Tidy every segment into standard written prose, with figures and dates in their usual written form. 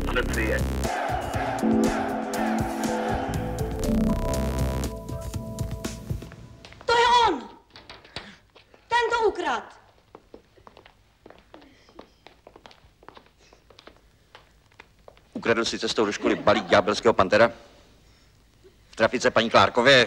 Přepřije. To je on! Ten to ukradl! Ukradl si cestou do školy balík ďábelského pantera? V trafice paní Klárkově?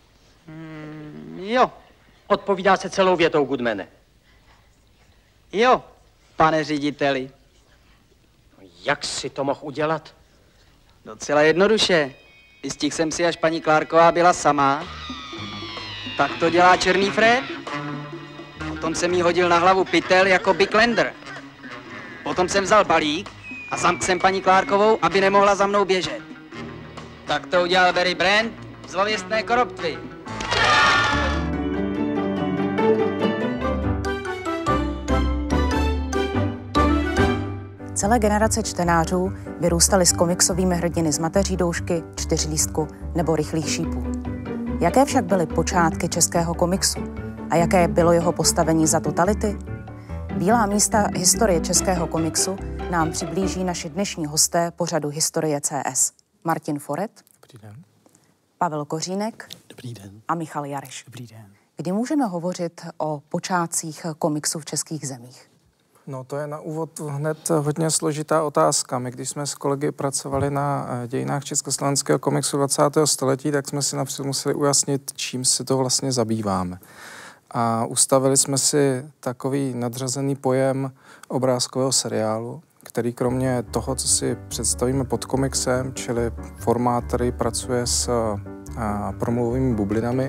Jo, odpovídá se celou větou, Goodmane. Jo, pane řediteli. Jak jsi to mohl udělat? Docela jednoduše. Vystihl jsem si, až paní Klárková byla sama. Tak to dělá černý Fred. Potom jsem jí hodil na hlavu pytel jako Big Lender. Potom jsem vzal balík a zamkl jsem paní Klárkovou, aby nemohla za mnou běžet. Tak to udělal Barry Brand v zlověstné Koroptvi. Celé generace čtenářů vyrůstaly s komiksovými hrdiny z Mateří doušky, Čtyřlístku nebo Rychlých šípů. Jaké však byly počátky českého komiksu a jaké bylo jeho postavení za totality? Bílá místa historie českého komiksu nám přiblíží naši dnešní hosté pořadu Historie CS. Martin Foret. Dobrý den. Pavel Kořínek. Dobrý den. A Michal Jariš. Dobrý den. Kdy můžeme hovořit o počátcích komiksu v českých zemích? No to je na úvod hned hodně složitá otázka. My, když jsme s kolegy pracovali na dějinách československého komiksu 20. století, tak jsme si například museli ujasnit, čím se to vlastně zabýváme. A ustavili jsme si takový nadřazený pojem obrázkového seriálu, který kromě toho, co si představíme pod komiksem, čili formát, který pracuje s promluvovými bublinami,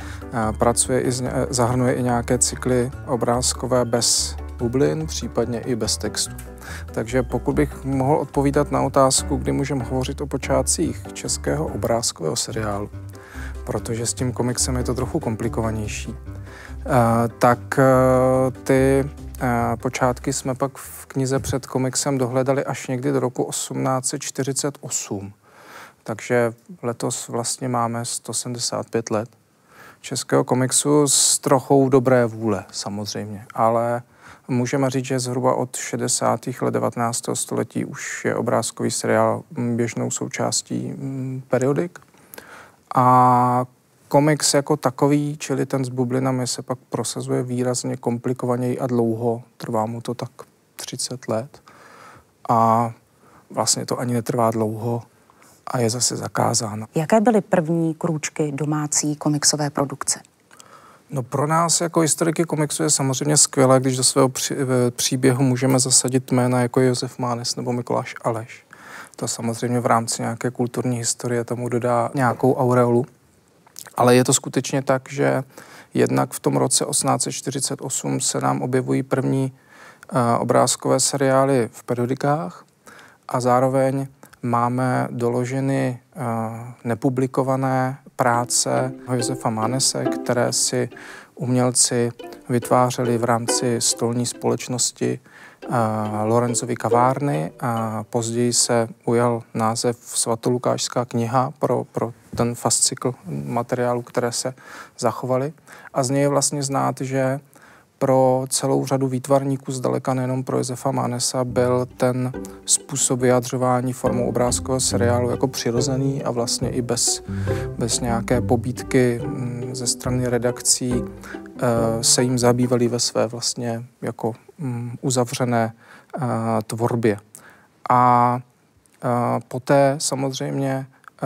zahrnuje i nějaké cykly obrázkové bez bublin, případně i bez textu. Takže pokud bych mohl odpovídat na otázku, kdy můžeme hovořit o počátcích českého obrázkového seriálu, protože s tím komiksem je to trochu komplikovanější, tak ty počátky jsme pak v knize před komiksem dohledali až někdy do roku 1848. Takže letos vlastně máme 175 let českého komiksu s trochou dobré vůle samozřejmě, ale můžeme říct, že zhruba od 60. let 19. století už je obrázkový seriál běžnou součástí periodik. A komiks jako takový, čili ten s bublinami, se pak prosazuje výrazně komplikovaněji a dlouho. Trvá mu to tak 30 let. A vlastně to ani netrvá dlouho a je zase zakázáno. Jaké byly první krůčky domácí komiksové produkce? No pro nás jako historiky komiksu je samozřejmě skvělé, když do svého příběhu můžeme zasadit jména jako Josef Mánes nebo Mikuláš Aleš. To samozřejmě v rámci nějaké kulturní historie tomu dodá nějakou aureolu. Ale je to skutečně tak, že jednak v tom roce 1848 se nám objevují první obrázkové seriály v periodikách a zároveň máme doloženy nepublikované práce Josefa Mánese, které si umělci vytvářeli v rámci stolní společnosti Lorenzovy kavárny a později se ujal název Svatolukášská kniha pro ten fascikl materiálů, které se zachovaly. A z něj je vlastně znát, že pro celou řadu výtvarníků, zdaleka nejenom pro Josefa Mánesa, byl ten způsob vyjadřování formou obrázkového seriálu jako přirozený a vlastně i bez nějaké pobídky ze strany redakcí se jim zabývali ve své vlastně jako uzavřené tvorbě. A poté samozřejmě,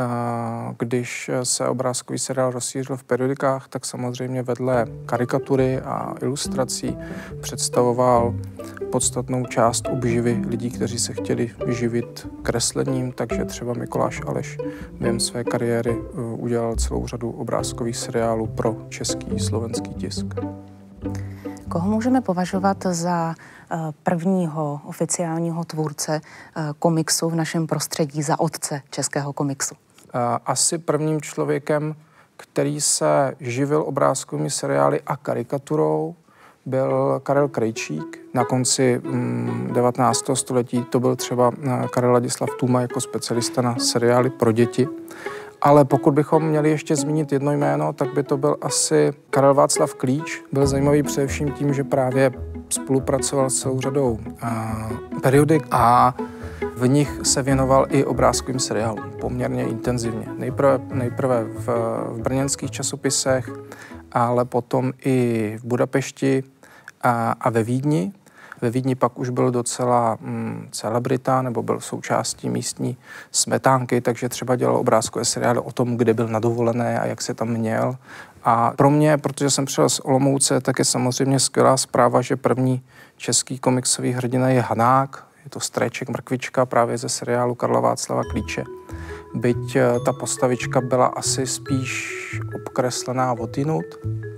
když se obrázkový seriál rozšířil v periodikách, tak samozřejmě vedle karikatury a ilustrací představoval podstatnou část obživy lidí, kteří se chtěli živit kreslením, takže třeba Mikuláš Aleš během své kariéry udělal celou řadu obrázkových seriálů pro český slovenský tisk. Koho můžeme považovat za prvního oficiálního tvůrce komiksu v našem prostředí, za otce českého komiksu? Asi prvním člověkem, který se živil obrázkovými seriály a karikaturou, byl Karel Krejčík. Na konci 19. století to byl třeba Karel Ladislav Tůma jako specialista na seriály pro děti. Ale pokud bychom měli ještě zmínit jedno jméno, tak by to byl asi Karel Václav Klíč. Byl zajímavý především tím, že právě spolupracoval s celou řadou periodik a V nich se věnoval i obrázkovým seriálům poměrně intenzivně. Nejprve v brněnských časopisech, ale potom i v Budapešti a ve Vídni. Ve Vídni pak už byl docela celebrita, nebo byl součástí místní smetánky, takže třeba dělal obrázkové seriály o tom, kde byl na dovolené a jak se tam měl. A pro mě, protože jsem přijel z Olomouce, tak je samozřejmě skvělá zpráva, že první český komiksový hrdina je Hanák. Je to Stréček Mrkvička právě ze seriálu Karla Václava Klíče. Byť ta postavička byla asi spíš obkreslená odjinud,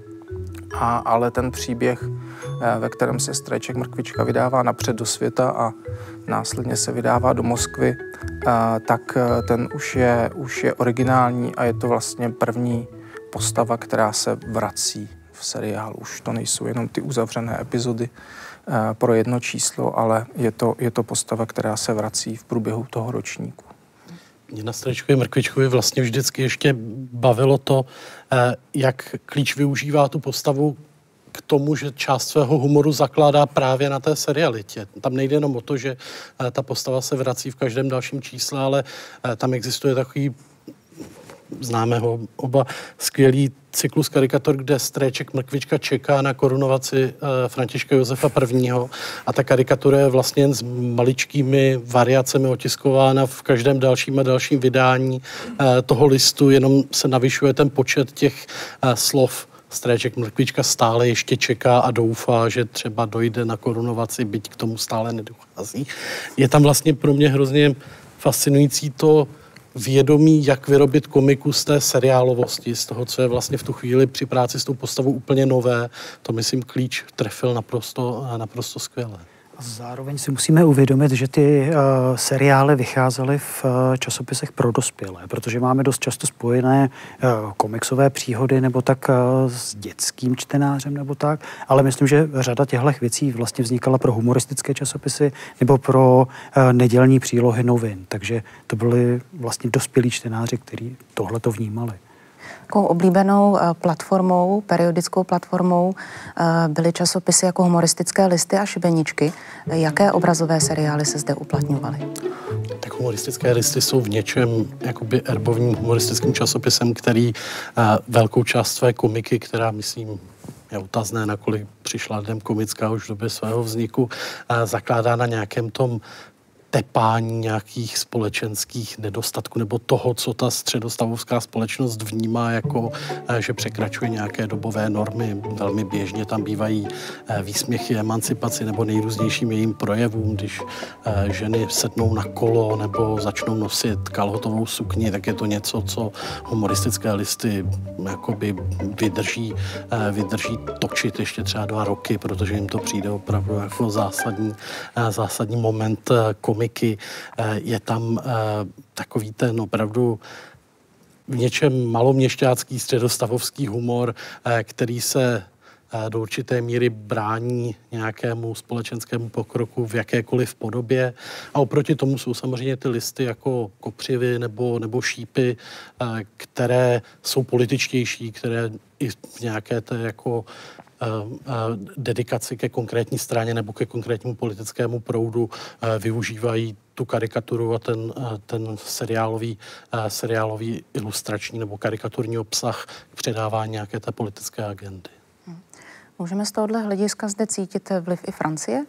ale ten příběh, ve kterém se Stréček Mrkvička vydává napřed do světa a následně se vydává do Moskvy, tak ten už je originální a je to vlastně první postava, která se vrací v seriálu. Už to nejsou jenom ty uzavřené epizody pro jedno číslo, ale je to postava, která se vrací v průběhu toho ročníku. Mě na Stréčkovi Mrkvičkovi vlastně vždycky ještě bavilo to, jak Klíč využívá tu postavu k tomu, že část svého humoru zakládá právě na té serialitě. Tam nejde jenom o to, že ta postava se vrací v každém dalším čísle, ale tam existuje takový, známe ho oba, skvělý cyklus karikatur, kde Stréček Mrkvička čeká na korunovaci Františka Josefa I. A ta karikatura je vlastně jen s maličkými variacemi otiskována v každém dalším a dalším vydání toho listu, jenom se navyšuje ten počet těch slov. Stréček Mrkvička stále ještě čeká a doufá, že třeba dojde na korunovaci, byť k tomu stále nedochází. Je tam vlastně pro mě hrozně fascinující to vědomí, jak vyrobit komiku z té seriálovosti, z toho, co je vlastně v tu chvíli při práci s tou postavou úplně nové. To, myslím, Klíč trefil naprosto skvěle. A zároveň si musíme uvědomit, že ty seriály vycházely v časopisech pro dospělé, protože máme dost často spojené komiksové příhody nebo tak s dětským čtenářem nebo tak, ale myslím, že řada těchto věcí vlastně vznikala pro humoristické časopisy nebo pro nedělní přílohy novin, takže to byli vlastně dospělí čtenáři, kteří tohleto vnímali. Takovou oblíbenou platformou, periodickou platformou byly časopisy jako Humoristické listy a Šibeničky. Jaké obrazové seriály se zde uplatňovaly? Tak Humoristické listy jsou v něčem jakoby erbovým humoristickým časopisem, který velkou část své komiky, která, myslím, je otazné, nakolik přišla lidem komická už v době svého vzniku, zakládá na nějakém tom tepání nějakých společenských nedostatků nebo toho, co ta středostavovská společnost vnímá jako, že překračuje nějaké dobové normy. Velmi běžně tam bývají výsměchy emancipaci nebo nejrůznějším jejím projevům, když ženy sednou na kolo nebo začnou nosit kalhotovou sukni, tak je to něco, co humoristické listy jakoby vydrží točit ještě třeba 2 roky, protože jim to přijde opravdu jako zásadní moment komiky. Je tam takový ten opravdu v něčem maloměšťácký středostavovský humor, který se do určité míry brání nějakému společenskému pokroku v jakékoliv podobě. A oproti tomu jsou samozřejmě ty listy jako Kopřivy nebo Šípy, které jsou političtější, které i v nějaké té jako dedikaci ke konkrétní straně nebo ke konkrétnímu politickému proudu využívají tu karikaturu a ten seriálový ilustrační nebo karikaturní obsah k předávání nějaké té politické agendy. Můžeme z tohohle hlediska zde cítit vliv i Francie?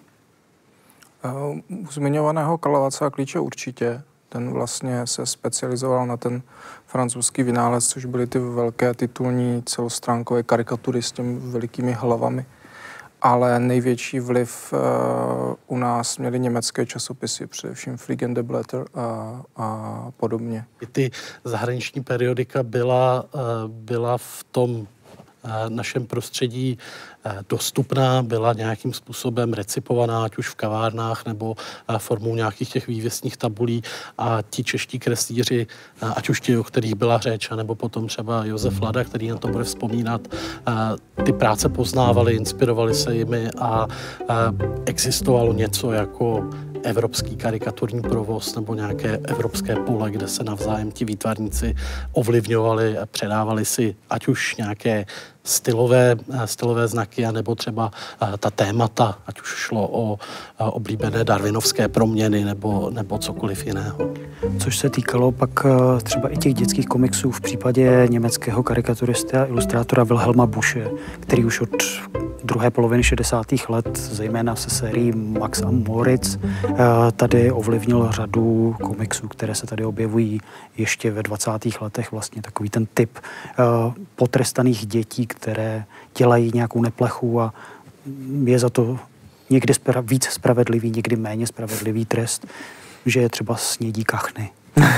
U zmiňovaného Karla Václava Klíče určitě. Ten vlastně se specializoval na ten francouzský vynález, což byly ty velké titulní celostránkové karikatury s těmi velikými hlavami. Ale největší vliv u nás měly německé časopisy, především Fliegende Blätter a podobně. Ty zahraniční periodika byla v tom našem prostředí dostupná, byla nějakým způsobem recipovaná, ať už v kavárnách nebo formou nějakých těch vývěsních tabulí a ti čeští kreslíři, ať už ti, o kterých byla řeč, nebo potom třeba Josef Lada, který na to bude vzpomínat, ty práce poznávali, inspirovali se jimi a existovalo něco jako evropský karikaturní provoz nebo nějaké evropské pole, kde se navzájem ti výtvarníci ovlivňovali a předávali si ať už nějaké stylové znaky, anebo třeba ta témata, ať už šlo o oblíbené darwinovské proměny nebo cokoliv jiného. Což se týkalo pak třeba i těch dětských komiksů v případě německého karikaturisty a ilustrátora Wilhelma Busche, který už od druhé poloviny 60. let, zejména se sérií Max a Moritz, tady ovlivnil řadu komiksů, které se tady objevují ještě ve 20. letech. Vlastně takový ten typ potrestaných dětí, které dělají nějakou neplechu a je za to někdy víc spravedlivý, někdy méně spravedlivý trest, že je třeba snědí kachny.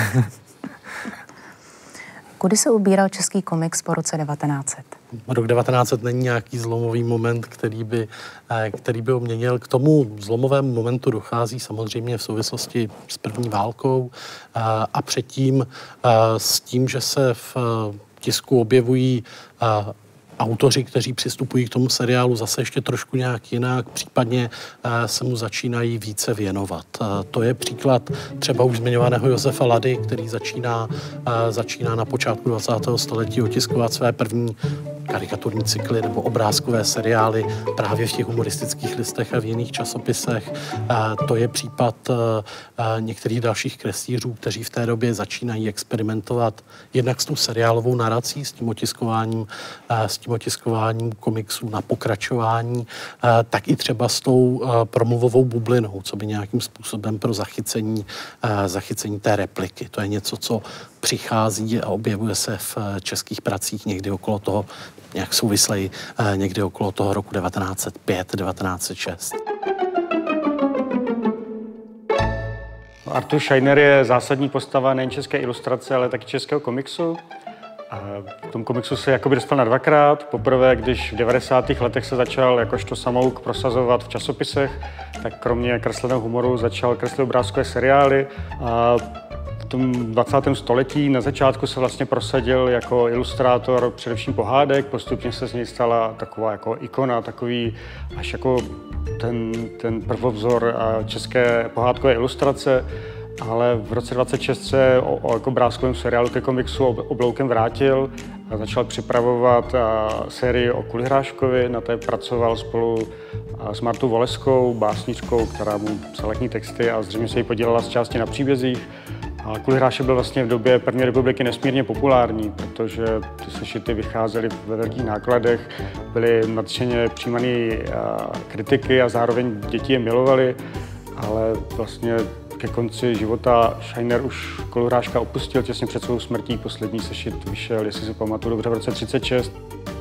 Kudy se ubíral český komiks po roce 1900? Rok 1900 není nějaký zlomový moment, který by ho měnil. K tomu zlomovému momentu dochází samozřejmě v souvislosti s první válkou a předtím s tím, že se v tisku objevují autoři, kteří přistupují k tomu seriálu zase ještě trošku nějak jinak, případně se mu začínají více věnovat. To je příklad třeba už zmiňovaného Josefa Lady, který začíná na počátku 20. století otiskovat své první karikaturní cykly nebo obrázkové seriály právě v těch humoristických listech a v jiných časopisech. To je případ některých dalších kreslířů, kteří v té době začínají experimentovat jednak s tou seriálovou narací, s tím otiskováním komiksů na pokračování, tak i třeba s tou promluvovou bublinou, co by nějakým způsobem pro zachycení té repliky. To je něco, co přichází a objevuje se v českých pracích někdy okolo toho, nějak souvisleji, někdy okolo toho roku 1905, 1906. Artur Scheiner je zásadní postava nejen české ilustrace, ale taky českého komiksu. A v tom komiksu se jakoby dostal na dvakrát. Poprvé, když v 90. letech se začal jakožto samouk prosazovat v časopisech, tak kromě kresleného humoru začal kreslit obrázkové seriály. A v tom 20. století na začátku se vlastně prosadil jako ilustrátor především pohádek, postupně se z něj stala taková jako ikona, takový až jako ten prvovzor české pohádkové ilustrace. Ale v roce 26 se o obrázkovém seriálu ke komiksu obloukem vrátil a začal připravovat sérii o Kulihráškovi. Na té pracoval spolu s Martou Voleskou, básnířkou, která mu psala knihy texty a zřejmě se jí podílela z části na příbězích. A Kulihrášek byl vlastně v době první republiky nesmírně populární, protože ty sešity vycházely ve velkých nákladech, byly nadšeně přijímané kritiky a zároveň děti je milovali, ale vlastně ke konci života Scheiner už Kulihráška opustil těsně před svou smrtí. Poslední sešit vyšel, jestli si pamatuju dobře, v roce 1936.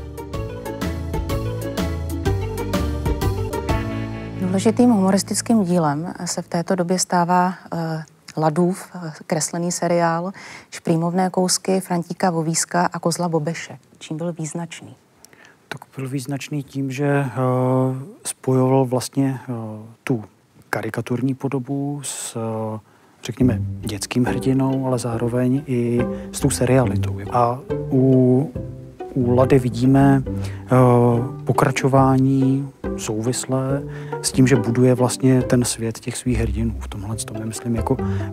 Důležitým humoristickým dílem se v této době stává Ladův kreslený seriál Šprýmovné kousky Frantíka Vovíska a Kozla Bobeše. Čím byl význačný? Tak byl význačný tím, že spojoval vlastně tu karikaturní podobu s, řekněme, dětským hrdinou, ale zároveň i s tou serialitou. A u Lady vidíme pokračování souvislé s tím, že buduje vlastně ten svět těch svých hrdinů. V tomhle tom je, myslím, jako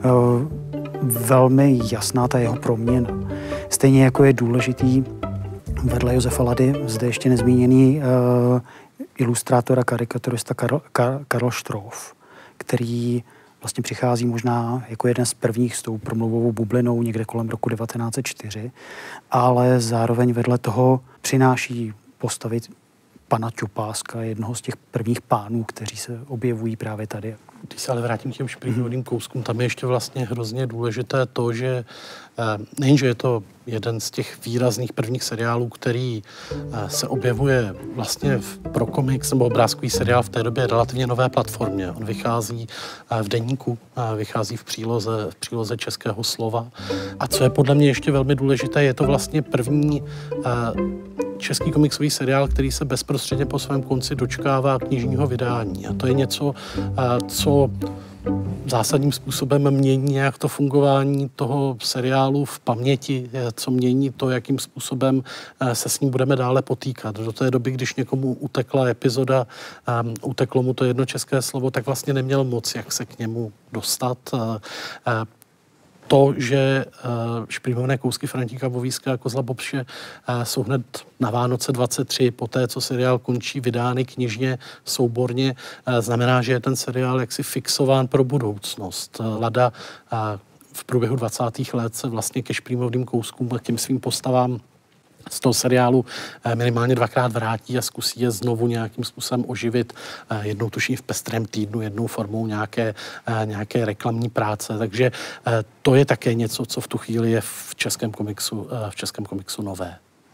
velmi jasná ta jeho proměna. Stejně jako je důležitý vedle Josefa Lady zde ještě nezmíněný ilustrátor a karikaturista Karl Stroff, který vlastně přichází možná jako jeden z prvních s tou promluvovou bublinou někde kolem roku 1904, ale zároveň vedle toho přináší postavy pana Čupáska, jednoho z těch prvních pánů, kteří se objevují právě tady. Když se ale vrátím k těm Šprýmovým kouskům, tam je ještě vlastně hrozně důležité to, že nejenže je to jeden z těch výrazných prvních seriálů, který se objevuje vlastně pro komiks nebo obrázkový seriál v té době relativně nové platformě. On vychází v deníku, vychází v příloze Českého slova. A co je podle mě ještě velmi důležité, je to vlastně první český komiksový seriál, který se bezprostředně po svém konci dočkává knižního vydání. A to je něco, co zásadním způsobem mění nějak to fungování toho seriálu v paměti, co mění to, jakým způsobem se s ním budeme dále potýkat. Do té doby, když někomu utekla epizoda, uteklo mu to jedno české slovo, tak vlastně neměl moc, jak se k němu dostat. to, že šprýmované kousky Frantíka Bovíska a Kozla Bobše jsou hned na Vánoce 23, poté, co seriál končí, vydány knižně, souborně, znamená, že je ten seriál jaksi fixován pro budoucnost. Lada v průběhu 20. let se vlastně ke šprýmovým kouskům a těm svým postavám z toho seriálu minimálně dvakrát vrátí a zkusí je znovu nějakým způsobem oživit. Jednou tuším v Pestrém týdnu, jednou formou nějaké reklamní práce. Takže to je také něco, co v tu chvíli je v českém komiksu nové.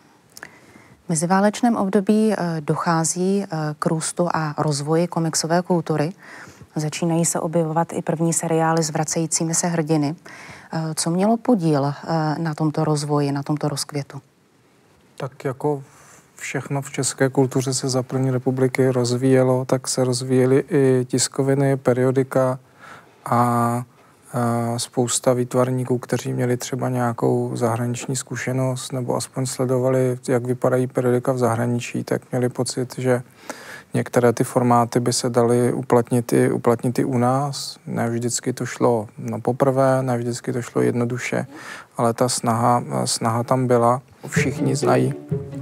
V meziválečném období dochází k růstu a rozvoji komiksové kultury. Začínají se objevovat i první seriály s vracejícími se hrdiny. Co mělo podíl na tomto rozvoji, na tomto rozkvětu? Tak jako všechno v české kultuře se za první republiky rozvíjelo, tak se rozvíjely i tiskoviny, periodika a spousta výtvarníků, kteří měli třeba nějakou zahraniční zkušenost nebo aspoň sledovali, jak vypadají periodika v zahraničí, tak měli pocit, že některé ty formáty by se daly uplatnit i u nás. Ne vždycky to šlo na poprvé, ne vždycky to šlo jednoduše, ale ta snaha tam byla. Všichni znají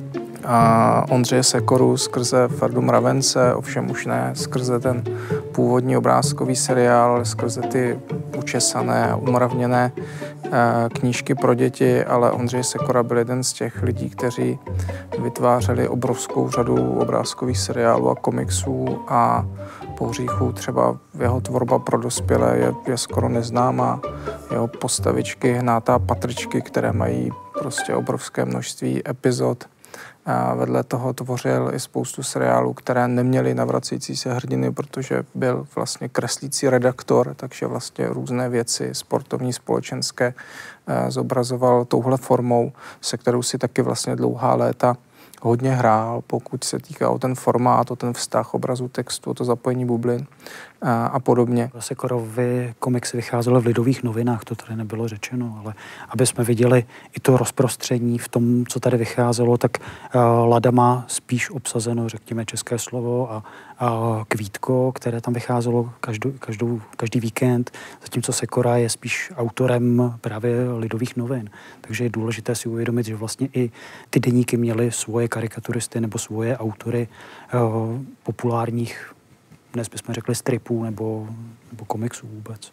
Ondřeje Sekoru skrze Ferdu Mravence, ovšem už ne skrze ten původní obrázkový seriál, ale skrze ty učesané a umravněné knížky pro děti, ale Ondřej Sekora byl jeden z těch lidí, kteří vytvářeli obrovskou řadu obrázkových seriálů a komiksů a pohříchů. Třeba jeho tvorba pro dospělé je skoro neznámá. Jeho postavičky, hnátá patričky, které mají prostě obrovské množství epizod. A vedle toho tvořil i spoustu seriálů, které neměly navracející se hrdiny, protože byl vlastně kreslící redaktor, takže vlastně různé věci sportovní, společenské zobrazoval touhle formou, se kterou si taky vlastně dlouhá léta hodně hrál, pokud se týká o ten formát, o ten vztah obrazu, textu, o to zapojení bublin a podobně. Sekorovy komiksy vycházely v Lidových novinách, to tady nebylo řečeno, ale aby jsme viděli i to rozprostření v tom, co tady vycházelo, tak Lada má spíš obsazeno, řekněme, České slovo a Kvítko, které tam vycházelo každý víkend, zatímco Sekora je spíš autorem právě Lidových novin. Takže je důležité si uvědomit, že vlastně i ty deníky měly svoje karikaturisty nebo svoje autory populárních, dnes bychom řekli stripů nebo komiksů vůbec.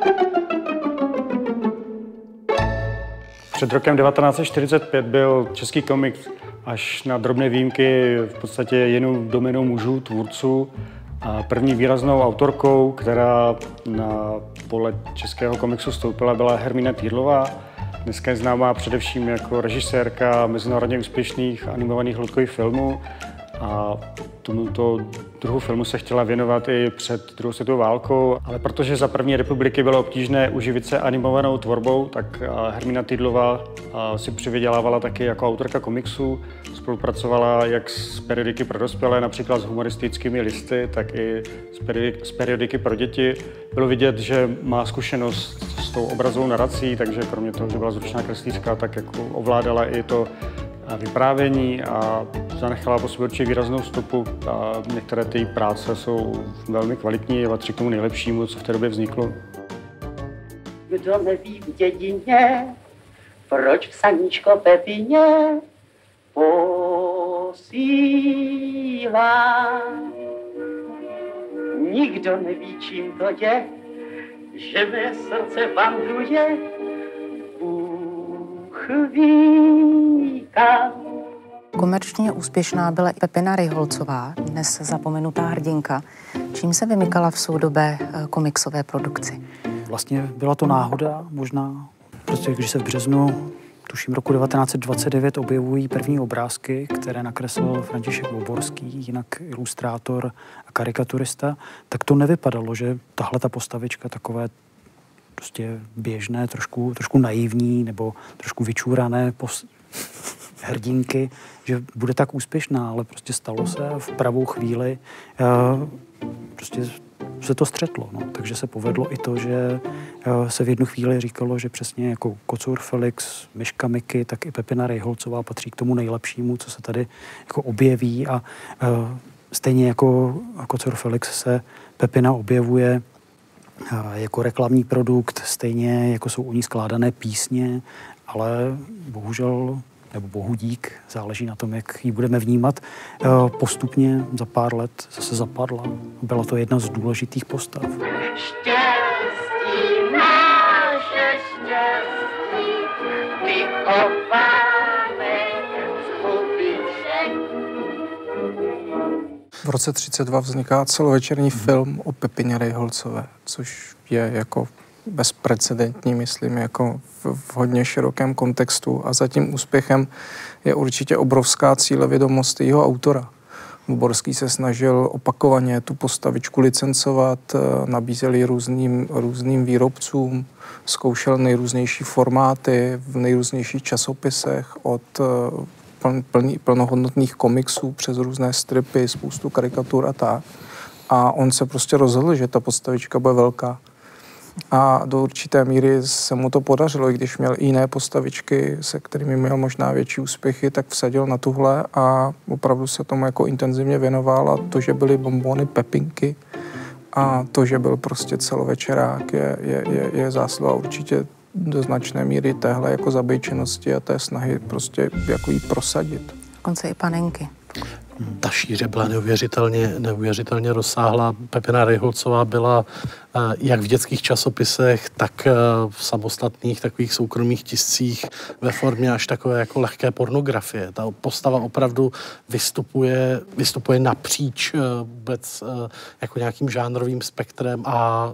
Před rokem 1945 byl český komiks až na drobné výjimky v podstatě jenom doménou mužů, tvůrců. A první výraznou autorkou, která na pole českého komiksu vstoupila, byla Hermína Týrlová. Dneska je známá především jako režisérka mezinárodně úspěšných animovaných hloubkových filmů. A tomuto druhu filmu se chtěla věnovat i před druhou světovou válkou, ale protože za první republiky bylo obtížné uživit se animovanou tvorbou, tak Hermína Týdlová si přivydělávala taky jako autorka komiksů. Spolupracovala jak s periodiky pro dospělé, například s humoristickými listy, tak i s periodiky pro děti. Bylo vidět, že má zkušenost s tou obrazovou narací, takže kromě toho, že byla zručná kreslířka, tak jako ovládala i to vyprávění a zanechala po sobě určitě výraznou stopu a některé ty práce jsou velmi kvalitní a patří k tomu nejlepšímu, co v té době vzniklo. Kdo neví v dědině, proč v Saníčko Pepině posílá. Nikdo neví, čím to je, že mé srdce vandruje, Bůh ví kam. Komerčně úspěšná byla i Pepina Ryholcová, dnes zapomenutá hrdinka. Čím se vymykala v soudobé komiksové produkci? Vlastně byla to náhoda možná, protože když se v březnu, tuším roku 1929, objevují první obrázky, které nakreslil František Voborský, jinak ilustrátor a karikaturista, tak to nevypadalo, že tahle ta postavička takové prostě běžné, trošku naivní nebo trošku vyčúrané hrdinky, že bude tak úspěšná, ale prostě stalo se v pravou chvíli, prostě se to střetlo. No. Takže se povedlo i to, že se v jednu chvíli říkalo, že přesně jako Kocour Felix, Myška Miky, tak i Pepina Ryholcová patří k tomu nejlepšímu, co se tady jako objeví a stejně jako Kocour Felix se Pepina objevuje jako reklamní produkt, stejně jako jsou u ní skládané písně, ale bohužel, nebo bohu dík, záleží na tom, jak ji budeme vnímat, postupně za pár let zase zapadla. Byla to jedna z důležitých postav. Štěstí, naše štěstí, vychováme zkubiček. V roce 1932 vzniká celovečerní film o Pepině Rejholcové, což je jako bezprecedentní, myslím, jako v hodně širokém kontextu. A za tím úspěchem je určitě obrovská cílevědomost jeho autora. Borský se snažil opakovaně tu postavičku licencovat, nabízel ji různým výrobcům, zkoušel nejrůznější formáty v nejrůznějších časopisech od plnohodnotných komiksů přes různé stripy, spoustu karikatur a tak. A on se prostě rozhodl, že ta postavička bude velká. A do určité míry se mu to podařilo, i když měl i jiné postavičky, se kterými měl možná větší úspěchy, tak vsadil na tuhle a opravdu se tomu jako intenzivně věnoval. A to, že byly bonbony Pepinky a to, že byl prostě celovečerák, je zásluha určitě do značné míry téhle jako zabejčenosti a té snahy prostě jako jí prosadit. Dokonce i panenky. Ta šíře byla neuvěřitelně rozsáhlá. Pepina Rejholcová byla jak v dětských časopisech, tak v samostatných takových soukromých tiscích ve formě až takové jako lehké pornografie. Ta postava opravdu vystupuje napříč vůbec jako nějakým žánrovým spektrem a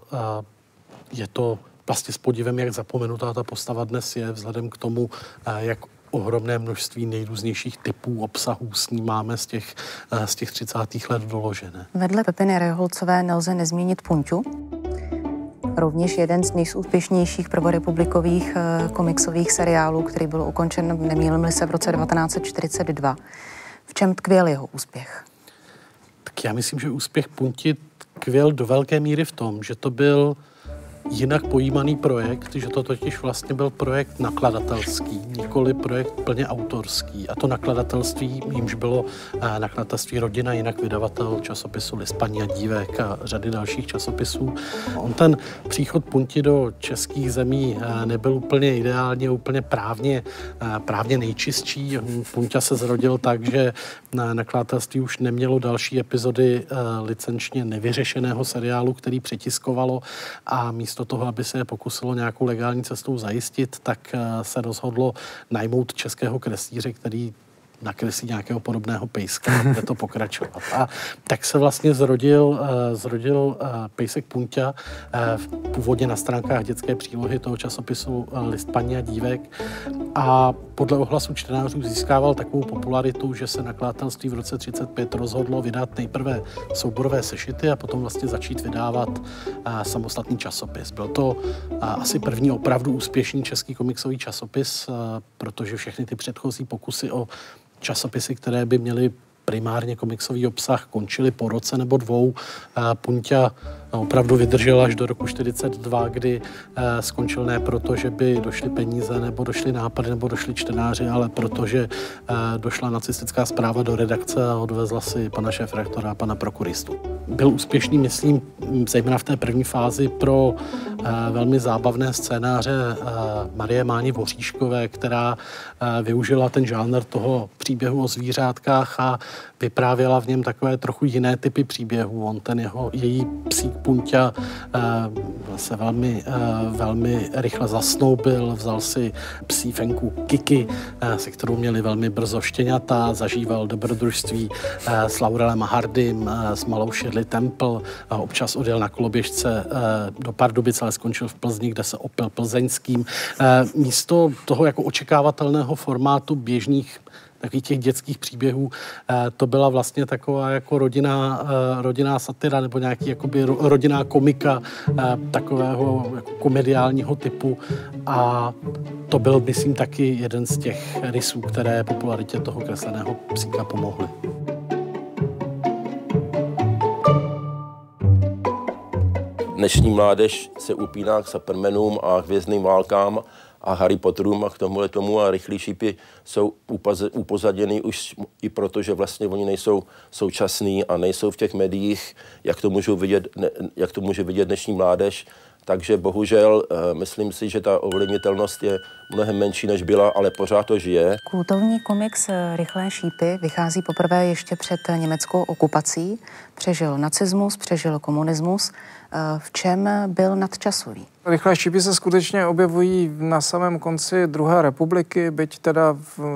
je to vlastně s podivem, jak zapomenutá ta postava dnes je, vzhledem k tomu, jak ohromné množství nejrůznějších typů obsahů s ní máme z těch 30. let doložené. Vedle Pepiny Rejholcové nelze nezmínit Punťu, rovněž jeden z nejúspěšnějších prvorepublikových komiksových seriálů, který byl ukončen, nemýlím-li se, v roce 1942. V čem tkvěl jeho úspěch? Tak já myslím, že úspěch Punti tkvěl do velké míry v tom, že to byl jinak pojímaný projekt, že to totiž vlastně byl projekt nakladatelský, nikoli projekt plně autorský. A to nakladatelství, jímž bylo nakladatelství Rodina, jinak vydavatel časopisu List paní a dívek a řady dalších časopisů. On ten příchod Punti do českých zemí nebyl úplně ideálně, úplně právně nejčistší. Punťa se zrodil tak, že nakladatelství už nemělo další epizody licenčně nevyřešeného seriálu, který přitiskovalo a místo toho, aby se je pokusilo nějakou legální cestou zajistit, tak se rozhodlo najmout českého kreslíře, který nakreslí nějakého podobného pejska, bude to pokračovat. A tak se vlastně zrodil pejsek Punťa původně na stránkách dětské přílohy toho časopisu List paní a dívek a podle ohlasu čtenářů získával takovou popularitu, že se nakladatelství v roce 1935 rozhodlo vydat nejprve souborové sešity a potom vlastně začít vydávat samostatný časopis. Byl to asi první opravdu úspěšný český komiksový časopis, protože všechny ty předchozí pokusy o časopisy, které by měly primárně komiksový obsah, končily po roce nebo dvou. Punťa opravdu vydržel až do roku 1942, kdy skončil ne proto, že by došly peníze, nebo došly nápady, nebo došli čtenáři, ale protože došla nacistická zpráva do redakce a odvezla si pana šéfredaktora a pana prokuristu. Byl úspěšný, myslím, zejména v té první fázi pro velmi zábavné scénáře Marie Máni Voříškové, která využila ten žánr toho příběhu o zvířátkách a vyprávěla v něm takové trochu jiné typy příběhů. On její psík Punťa se velmi rychle zasnoubil, vzal si psí Fenku Kiki, se kterou měli velmi brzo štěňata, zažíval dobrodružství s Laurelem Hardym, s malou Shirley Temple, občas odjel na koloběžce do Pardubic, ale skončil v Plzni, kde se opil plzeňským. Místo toho jako očekávatelného formátu běžných takových těch dětských příběhů, to byla vlastně taková jako rodinná satyra nebo nějaký jakoby rodinná komika takového jako komediálního typu a to byl, myslím, taky jeden z těch rysů, které popularitě toho kresleného psíka pomohly. dnešní mládež se upíná k Supermanům a hvězdným válkám a Harry Potterům a k tomu a rychlí šípy jsou upozaděný už i proto, že vlastně oni nejsou současní a nejsou v těch médiích, jak to může vidět dnešní mládež. Takže bohužel myslím si, že ta ovlivnitelnost je mnohem menší, než byla, ale pořád to žije. Kultovní komiks Rychlé šípy vychází poprvé ještě před německou okupací. Přežil nacismus, přežil komunismus. V čem byl nadčasový? Rychlé šípy se skutečně objevují na samém konci druhé republiky, byť teda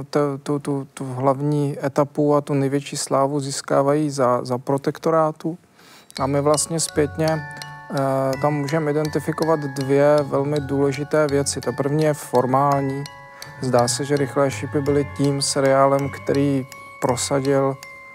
tu hlavní etapu a tu největší slávu získávají za protektorátu. A my vlastně zpětně tam můžeme identifikovat dvě velmi důležité věci. Ta první je formální. Zdá se, že Rychlé šípy byly tím seriálem, který prosadil,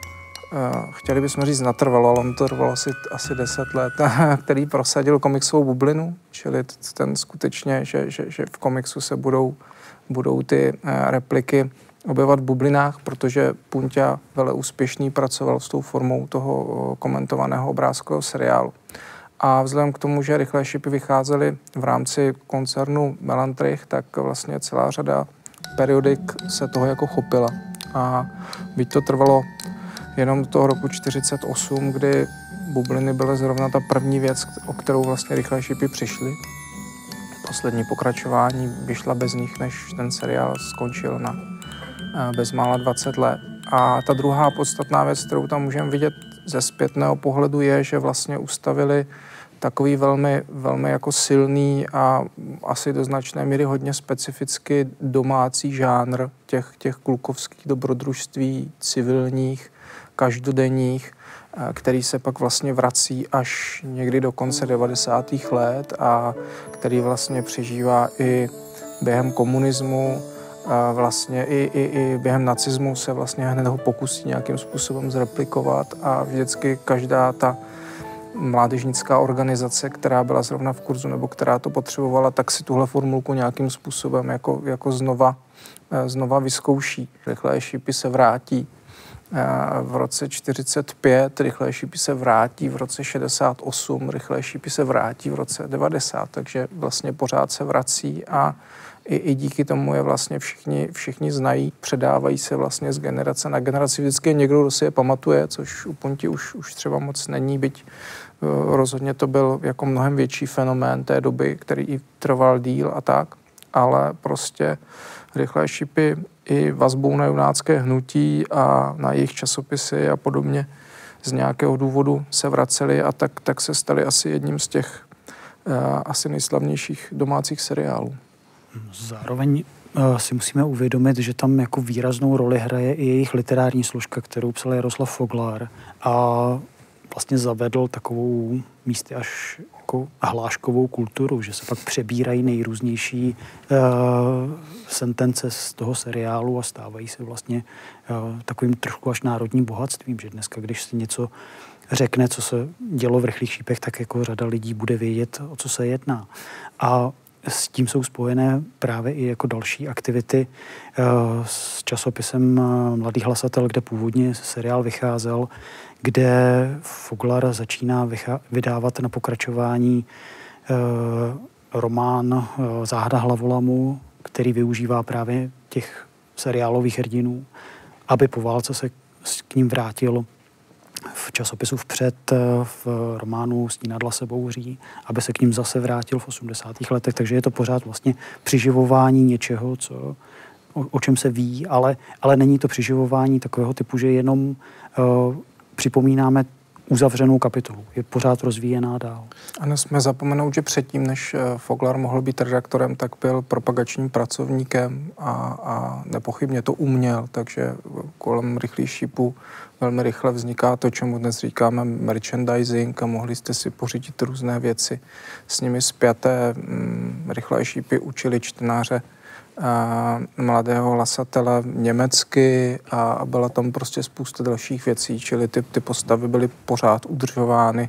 chtěli bychom říct natrvalo, ale on to trvalo asi 10 let, který prosadil komiksovou bublinu, čili ten skutečně, že v komiksu se budou ty repliky objevovat v bublinách, protože Punťa vele úspěšný pracoval s tou formou toho komentovaného obrázkového seriálu. A vzhledem k tomu, že Rychlé šípy vycházely v rámci koncernu Melantrich, tak vlastně celá řada periodik se toho jako chopila. A byť to trvalo jenom do toho roku 1948, kdy bubliny byly zrovna ta první věc, o kterou vlastně Rychlé šípy přišly. Poslední pokračování vyšla bez nich, než ten seriál skončil na bezmála 20 let. A ta druhá podstatná věc, kterou tam můžeme vidět ze zpětného pohledu, je, že vlastně ustavili takový velmi, velmi jako silný a asi do značné míry hodně specificky domácí žánr těch klukovských dobrodružství, civilních, každodenních, který se pak vlastně vrací až někdy do konce 90. let a který vlastně přežívá i během komunismu, a vlastně i během nacismu se vlastně hned ho pokusí nějakým způsobem zreplikovat a vždycky každá ta mládežnická organizace, která byla zrovna v kurzu nebo která to potřebovala, tak si tuhle formulku nějakým způsobem jako znova vyzkouší. Rychlé šípy se vrátí v roce 45, Rychlé šípy se vrátí v roce 68, Rychlé šípy se vrátí v roce 90, takže vlastně pořád se vrací a i díky tomu je vlastně všichni znají, předávají se vlastně z generace na generaci. Vždycky je někdo, kdo si je pamatuje, což u Punti už třeba moc není, byť rozhodně to byl jako mnohem větší fenomén té doby, který i trval díl a tak, ale prostě Rychlé šípy i vazbou na junácké hnutí a na jejich časopisy a podobně z nějakého důvodu se vraceli a tak se stali asi jedním z těch asi nejslavnějších domácích seriálů. Zároveň si musíme uvědomit, že tam jako výraznou roli hraje i jejich literární složka, kterou psal Jaroslav Foglar a vlastně zavedl takovou místy až jako hláškovou kulturu, že se pak přebírají nejrůznější sentence z toho seriálu a stávají se vlastně takovým trošku až národním bohatstvím, že dneska, když si něco řekne, co se dělo v Rychlých šípech, tak jako řada lidí bude vědět, o co se jedná. A s tím jsou spojené právě i jako další aktivity s časopisem Mladý hlasatel, kde původně seriál vycházel, kde Foglar začíná vydávat na pokračování román Záhada hlavolamu, který využívá právě těch seriálových hrdinů, aby po válce se k ním vrátil v časopisu Vpřed, v románu Stínadla se bouří, aby se k ním zase vrátil v 80. letech. Takže je to pořád vlastně přiživování něčeho, o čem se ví, ale není to přiživování takového typu, že jenom připomínáme uzavřenou kapitolu. Je pořád rozvíjená dál. A nesmíme zapomenout, že předtím, než Foglar mohl být redaktorem, tak byl propagačním pracovníkem a nepochybně to uměl, takže kolem Rychlých šípů velmi rychle vzniká to, čemu dnes říkáme merchandising a mohli jste si pořídit různé věci s nimi spjaté. Rychlé šípy učili čtenáře Mladého hlasatele německy a byla tam prostě spousta dalších věcí, čili ty postavy byly pořád udržovány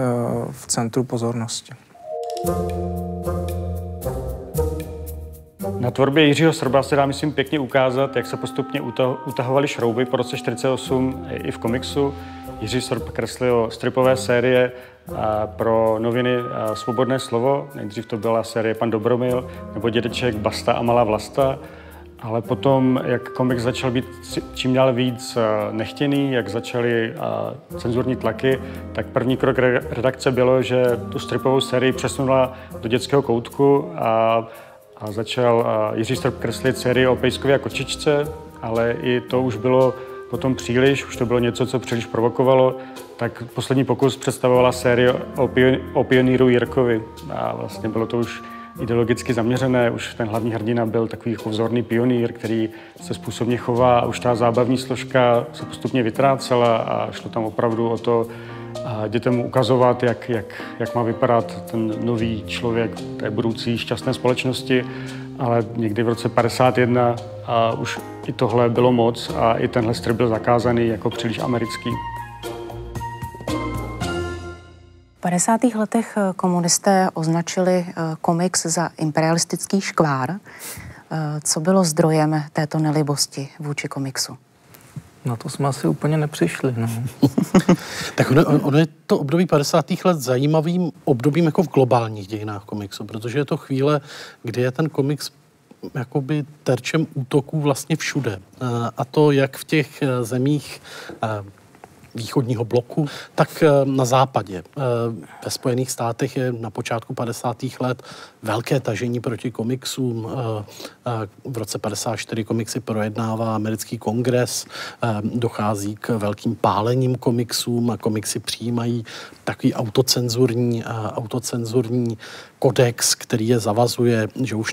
v centru pozornosti. Na tvorbě Jiřího Srba se dá, myslím, pěkně ukázat, jak se postupně utahovaly šrouby po roce 1948 i v komiksu. Jiří Srb kreslil stripové série pro noviny Svobodné slovo. Nejdřív to byla série Pan Dobromil nebo Dědeček, Basta a Malá Vlasta. Ale potom, jak komiks začal být čím dál víc nechtěný, jak začaly cenzurní tlaky, tak první krok redakce bylo, že tu stripovou sérii přesunula do dětského koutku a začal Jiří Srb kreslit sérii o Pejskovi a kočičce, ale i to už bylo potom příliš, už to bylo něco, co příliš provokovalo, tak poslední pokus představovala série o pionýru Jirkovi a vlastně bylo to už ideologicky zaměřené, už ten hlavní hrdina byl takový jako vzorný pionýr, který se způsobně chová a už ta zábavní složka se postupně vytrácela a šlo tam opravdu o to dětem ukazovat, jak má vypadat ten nový člověk té budoucí šťastné společnosti, ale někdy v roce 1951 už i tohle bylo moc a i tenhle strip byl zakázaný jako příliš americký. V 50. letech komunisté označili komiks za imperialistický škvár. Co bylo zdrojem této nelibosti vůči komiksu? Na to jsme asi úplně nepřišli. No. Tak ono je to období 50. let zajímavým obdobím jako v globálních dějinách komiksu, protože je to chvíle, kdy je ten komiks jakoby terčem útoků vlastně všude. A to jak v těch zemích východního bloku, tak na západě. Ve Spojených státech je na počátku 50. let velké tažení proti komiksům. V roce 54 komiksy projednává americký kongres, dochází k velkým pálením komiksům a komiksy přijímají takový autocenzurní kodex, který je zavazuje, že už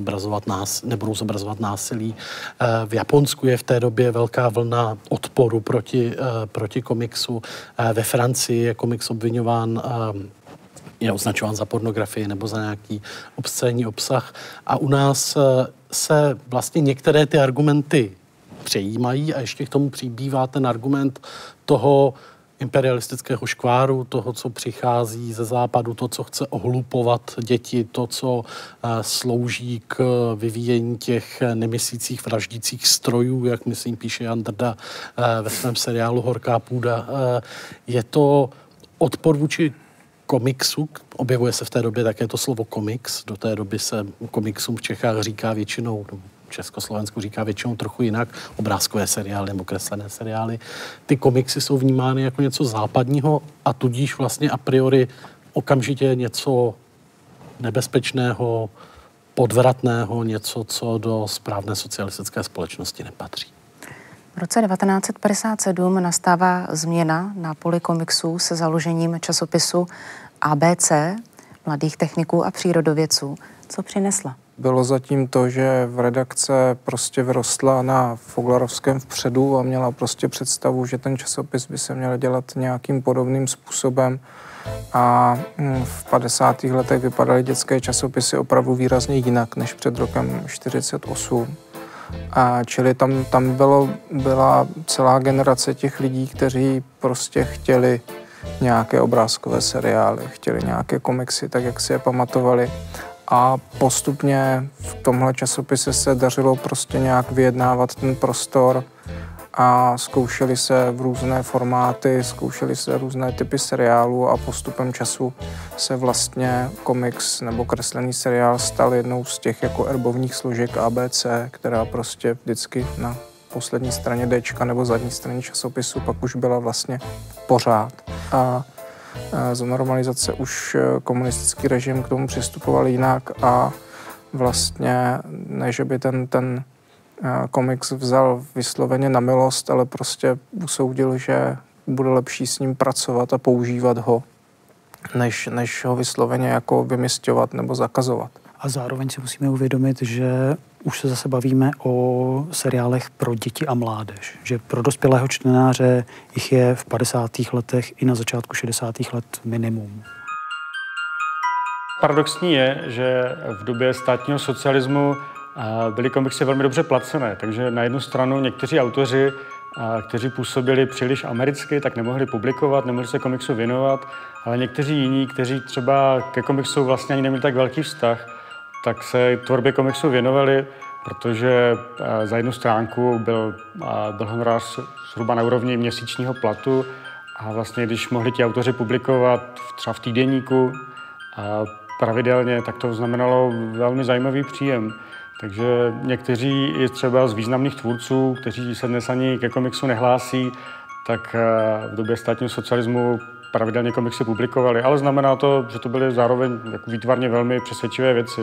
nebudou zobrazovat násilí. V Japonsku je v té době velká vlna odporu proti komiksu. Ve Francii je komiks obviňován, je označován za pornografii nebo za nějaký obscénní obsah. A u nás se vlastně některé ty argumenty přejímají a ještě k tomu přibývá ten argument toho imperialistického škváru, toho, co přichází ze západu, to, co chce ohlupovat děti, to, co slouží k vyvíjení těch nemyslících, vraždících strojů, jak myslím píše Jan Drda ve svém seriálu Horká půda. Je to odpor vůči komiksu, objevuje se v té době také to slovo komiks, do té doby se komiksům v Čechách říká většinou, v Československu říká většinou trochu jinak, obrázkové seriály nebo kreslené seriály. Ty komiksy jsou vnímány jako něco západního a tudíž vlastně a priori okamžitě něco nebezpečného, podvratného, něco, co do správné socialistické společnosti nepatří. V roce 1957 nastává změna na poli komiksů se založením časopisu ABC, mladých techniků a přírodovědců. Co přinesla? Bylo zatím to, že v redakce prostě vyrostla na Foglarovském vpředu a měla prostě představu, že ten časopis by se měl dělat nějakým podobným způsobem. A v 50. letech vypadaly dětské časopisy opravdu výrazně jinak než před rokem 1948. A čili tam byla celá generace těch lidí, kteří prostě chtěli nějaké obrázkové seriály, chtěli nějaké komiksy, tak jak si je pamatovali. A postupně v tomhle časopise se dařilo prostě nějak vyjednávat ten prostor a zkoušeli se v různé formáty, zkoušeli se různé typy seriálů a postupem času se vlastně komiks nebo kreslený seriál stal jednou z těch jako erbovních složek ABC, která prostě vždycky na poslední straně Dčka nebo zadní straně časopisu pak už byla vlastně pořád. A za normalizace už komunistický režim k tomu přistupoval jinak a vlastně ne, že by ten komiks vzal vysloveně na milost, ale prostě usoudil, že bude lepší s ním pracovat a používat ho, než ho vysloveně jako vymisťovat nebo zakazovat. A zároveň si musíme uvědomit, že už se zase bavíme o seriálech pro děti a mládež. Že pro dospělého čtenáře jich je v 50. letech i na začátku 60. let minimum. Paradoxní je, že v době státního socialismu byly komiksy velmi dobře placené, takže na jednu stranu někteří autoři, kteří působili příliš americky, tak nemohli publikovat, nemohli se komiksu věnovat, ale někteří jiní, kteří třeba ke komiksu vlastně ani neměli tak velký vztah, tak se tvorbě komiksu věnovali, protože za jednu stránku byl honorář zhruba na úrovni měsíčního platu a vlastně, když mohli ti autoři publikovat třeba v týdeníku pravidelně, tak to znamenalo velmi zajímavý příjem. Takže někteří i třeba z významných tvůrců, kteří se dnes ani ke komiksu nehlásí, tak v době státního socialismu pravidelně komiksy publikovali, ale znamená to, že to byly zároveň jako výtvarně velmi přesvědčivé věci.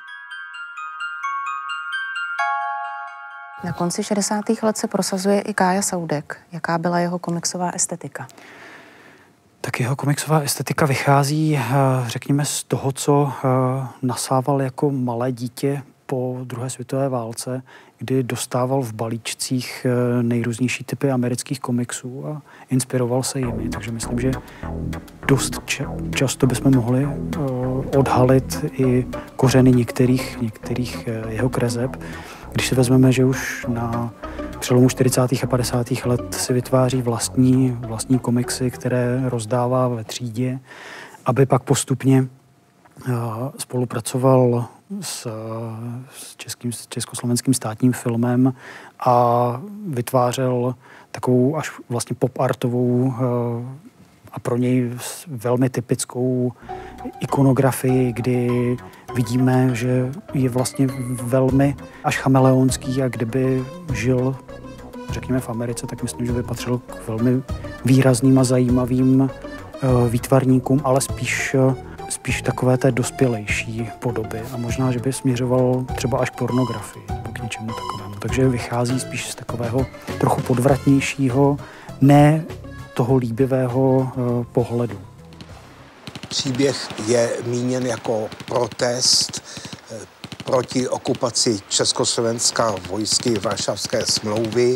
Na konci 60. let se prosazuje i Kája Soudek. Jaká byla jeho komiksová estetika? Tak jeho komiksová estetika vychází, řekněme, z toho, co nasával jako malé dítě po druhé světové válce, kdy dostával v balíčcích nejrůznější typy amerických komiksů a inspiroval se jimi. Takže myslím, že dost často bychom mohli odhalit i kořeny některých jeho kreseb. Když si vezmeme, že už na přelomu 40. a 50. let si vytváří vlastní komiksy, které rozdává ve třídě, aby pak postupně spolupracoval s československým státním filmem a vytvářel takovou až vlastně pop-artovou a pro něj velmi typickou ikonografii, kdy vidíme, že je vlastně velmi až chameleonský a kdyby žil, řekněme, v Americe, tak myslím, že by patřil k velmi výrazným a zajímavým výtvarníkům, ale spíš takové té dospělejší podoby a možná, že by směřoval třeba až k pornografii nebo k něčemu takovému. Takže vychází spíš z takového trochu podvratnějšího, ne toho líbivého pohledu. Příběh je míněn jako protest proti okupaci Československa vojsky Varšavské smlouvy.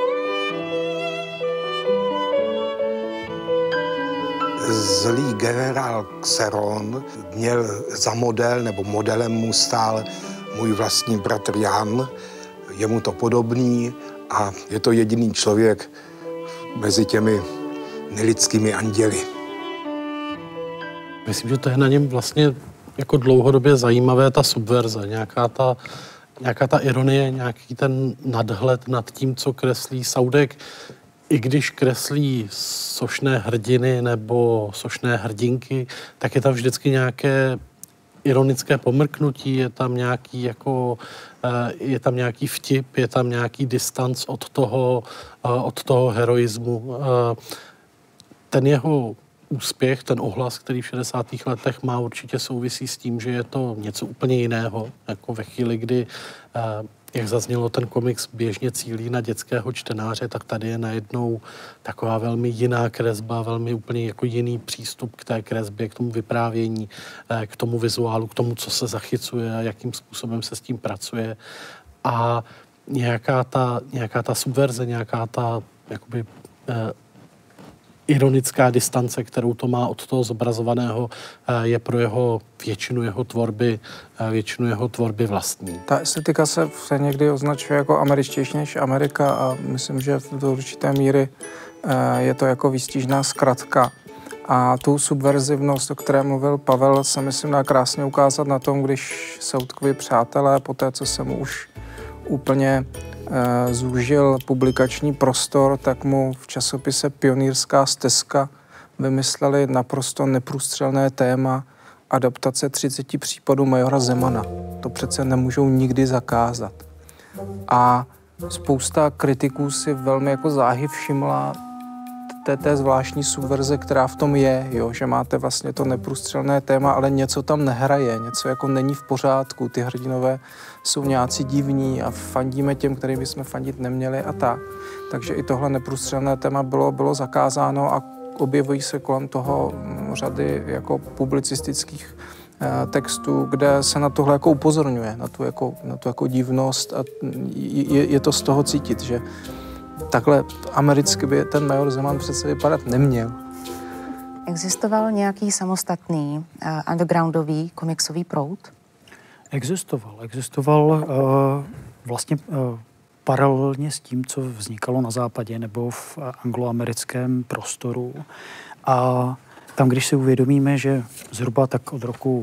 Zlý generál Xeron měl za model, nebo modelem mu stál můj vlastní bratr Jan. Je mu to podobný a je to jediný člověk mezi těmi nelidskými anděli. Myslím, že to je na něm vlastně jako dlouhodobě zajímavé, ta subverze, nějaká ta ironie, nějaký ten nadhled nad tím, co kreslí Soudek. I když kreslí sošné hrdiny nebo sošné hrdinky, tak je tam vždycky nějaké ironické pomrknutí, je tam nějaký vtip, je tam nějaký distanc od toho heroismu. Ten jeho úspěch, ten ohlas, který v 60. letech má, určitě souvisí s tím, že je to něco úplně jiného. Jako ve chvíli, kdy, jak zaznělo, ten komiks běžně cílí na dětského čtenáře, tak tady je najednou taková velmi jiná kresba, velmi úplně jako jiný přístup k té kresbě, k tomu vyprávění, k tomu vizuálu, k tomu, co se zachycuje a jakým způsobem se s tím pracuje. A nějaká ta subverze, nějaká ta jakoby ironická distance, kterou to má od toho zobrazovaného, je pro většinu jeho tvorby vlastní. Ta estetika se někdy označuje jako američtější než Amerika a myslím, že do určité míry je to jako výstižná zkratka. A tu subverzivnost, o které mluvil Pavel, se myslím dá krásně ukázat na tom, když Soudkovi přátelé, po té, co se mu už úplně zúžil publikační prostor, tak mu v časopise Pionýrská stezka vymysleli naprosto neprůstřelné téma adaptace 30 případů majora Zemana. To přece nemůžou nikdy zakázat. A spousta kritiků si velmi jako záhy všimla té zvláštní subverze, která v tom je, jo? Že máte vlastně to neprůstřelné téma, ale něco tam nehraje, něco jako není v pořádku, ty hrdinové jsou nějací divní a fandíme těm, kterým bychom fandit neměli a tak. Takže i tohle neprůstřelné téma bylo zakázáno a objevují se kolem toho řady jako publicistických textů, kde se na tohle jako upozorňuje, na tu jako divnost a je to z toho cítit, že takhle americky by ten major Zeman přece vypadat neměl. Existoval nějaký samostatný undergroundový komiksový proud? Existoval vlastně paralelně s tím, co vznikalo na západě nebo v angloamerickém prostoru. A tam, když si uvědomíme, že zhruba tak od roku